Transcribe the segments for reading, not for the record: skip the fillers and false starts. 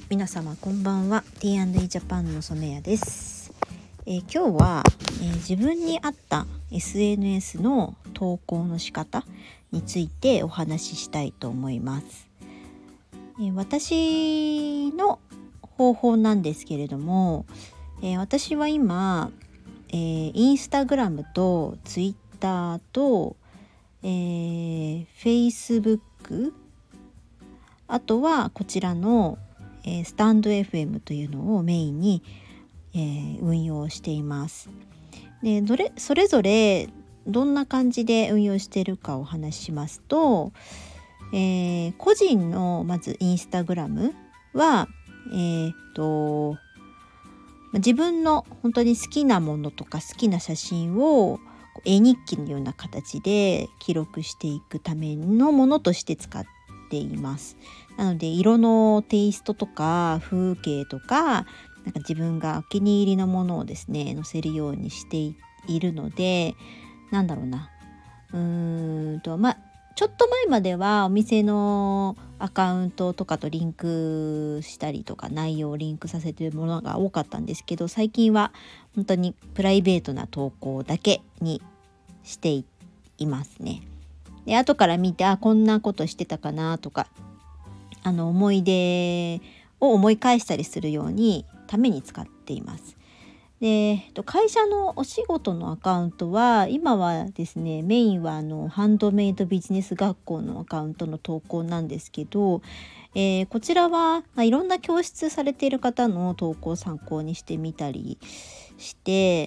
皆様こんばんは。 T&E ジャパンの染谷です。今日は、自分に合った SNS の投稿の仕方についてお話ししたいと思います。私の方法なんですけれども、私は今、インスタグラムとツイッターと、フェイスブック、あとはこちらのスタンド FM というのをメインに、運用しています。でそれぞれどんな感じで運用しているかをお話ししますと、個人のまずインスタグラムは、自分の本当に好きなものとか好きな写真を絵日記のような形で記録していくためのものとして使っています。なので色のテイストとか風景とか、なんか自分がお気に入りのものをですね載せるようにしているので、なんだろうな、ちょっと前まではお店のアカウントとかとリンクしたりとか内容をリンクさせているものが多かったんですけど、最近は本当にプライベートな投稿だけにしていますね。で後から見てこんなことしてたかなとか、思い出を思い返したりするようにために使っています。で会社のお仕事のアカウントは今はですね、メインはハンドメイドビジネス学校のアカウントの投稿なんですけど、こちらは、いろんな教室されている方の投稿を参考にしてみたりして、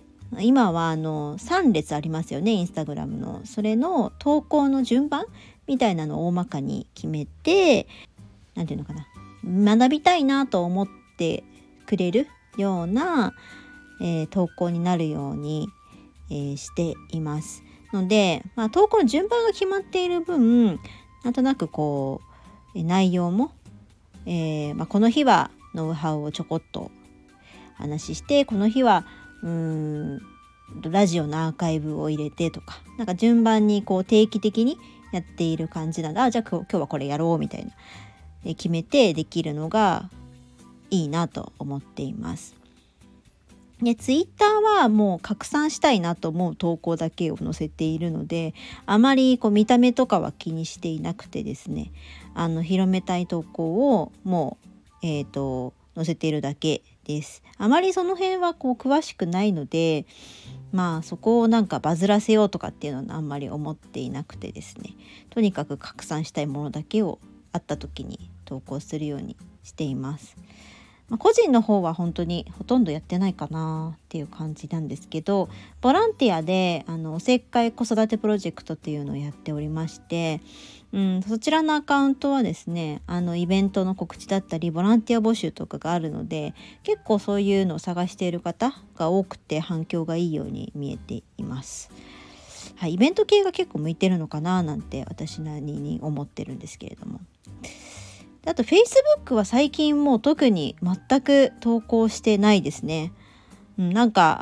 今は3列ありますよね、インスタグラムの。それの投稿の順番みたいなのを大まかに決めて、なんていうのかな、学びたいなと思ってくれるような、投稿になるように、していますので、投稿の順番が決まっている分、なんとなく内容も、この日はノウハウをちょこっと話して、この日はラジオのアーカイブを入れてとか、なんか順番に定期的にやっている感じなんで、じゃあ今日はこれやろうみたいな、決めてできるのがいいなと思っています。でツイッターはもう拡散したいなと思う投稿だけを載せているので、あまり見た目とかは気にしていなくてですね、広めたい投稿をもう、載せているだけです。あまりその辺は詳しくないので、そこをなんかバズらせようとかっていうのはあんまり思っていなくてですね、とにかく拡散したいものだけをあった時に投稿するようにしています。個人の方は本当にほとんどやってないかなっていう感じなんですけど、ボランティアでおせっかい子育てプロジェクトっていうのをやっておりまして、そちらのアカウントはですね、イベントの告知だったりボランティア募集とかがあるので、結構そういうのを探している方が多くて反響がいいように見えています。はい、イベント系が結構向いてるのかななんて私なりに思ってるんですけれども、あと Facebook は最近もう特に全く投稿してないですね。なんか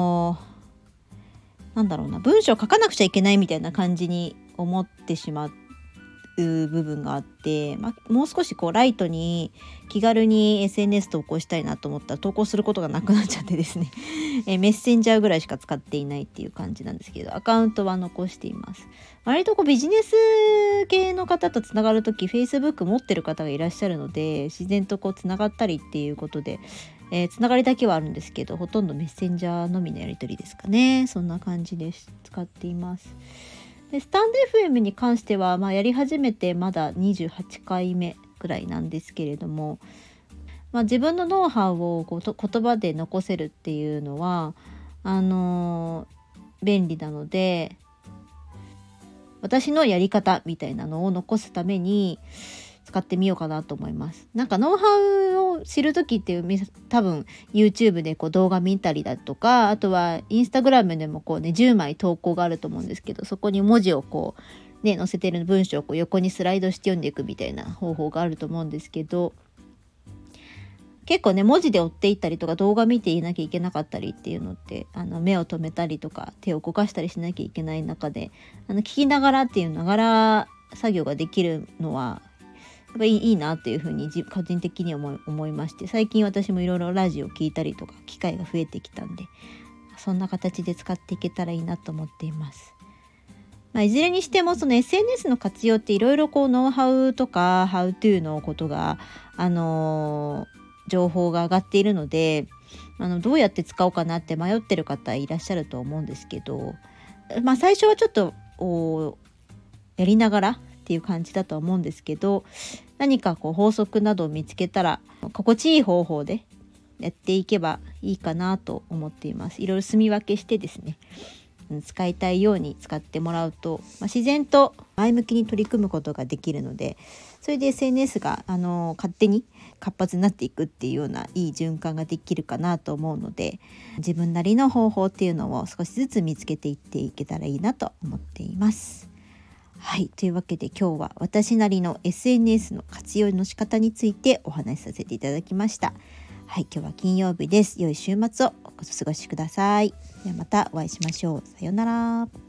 なんだろうな、文章書かなくちゃいけないみたいな感じに思ってしまう部分があって、もう少しライトに気軽に SNS 投稿したいなと思ったら投稿することがなくなっちゃってですねメッセンジャーぐらいしか使っていないっていう感じなんですけど、アカウントは残しています。割とビジネス系の方とつながるとき Facebook 持ってる方がいらっしゃるので、自然とつながったりっていうことで、つながりだけはあるんですけど、ほとんどメッセンジャーのみのやり取りですかね。そんな感じで使っています。でスタンド FM に関しては、やり始めてまだ28回目くらいなんですけれども、自分のノウハウを言葉で残せるっていうのは便利なので、私のやり方みたいなのを残すために使ってみようかなと思います。なんかノウハウを知るときって多分 YouTube で動画見たりだとか、あとは Instagram でも10枚投稿があると思うんですけど、そこに文字を載せてる文章を横にスライドして読んでいくみたいな方法があると思うんですけど、結構文字で追っていったりとか動画見ていなきゃいけなかったりっていうのって、目を留めたりとか手を動かしたりしなきゃいけない中で、聞きながらっていうながら作業ができるのはぱいいなっていうふうに個人的に思いまして、最近私もいろいろラジオ聞いたりとか機会が増えてきたんで、そんな形で使っていけたらいいなと思っています。いずれにしてもその SNS の活用っていろいろノウハウとかハウトゥーのことが、情報が上がっているので、どうやって使おうかなって迷ってる方いらっしゃると思うんですけど、最初はちょっとやりながらっていう感じだと思うんですけど、何か法則などを見つけたら心地いい方法でやっていけばいいかなと思っています。いろいろ住み分けしてですね、使いたいように使ってもらうと、自然と前向きに取り組むことができるので、それで SNS が勝手に活発になっていくっていうようないい循環ができるかなと思うので、自分なりの方法っていうのを少しずつ見つけていっていけたらいいなと思っています。はい、というわけで今日は私なりの SNS の活用の仕方についてお話しさせていただきました。はい、今日は金曜日です。良い週末をお過ごしください。ではまたお会いしましょう。さようなら。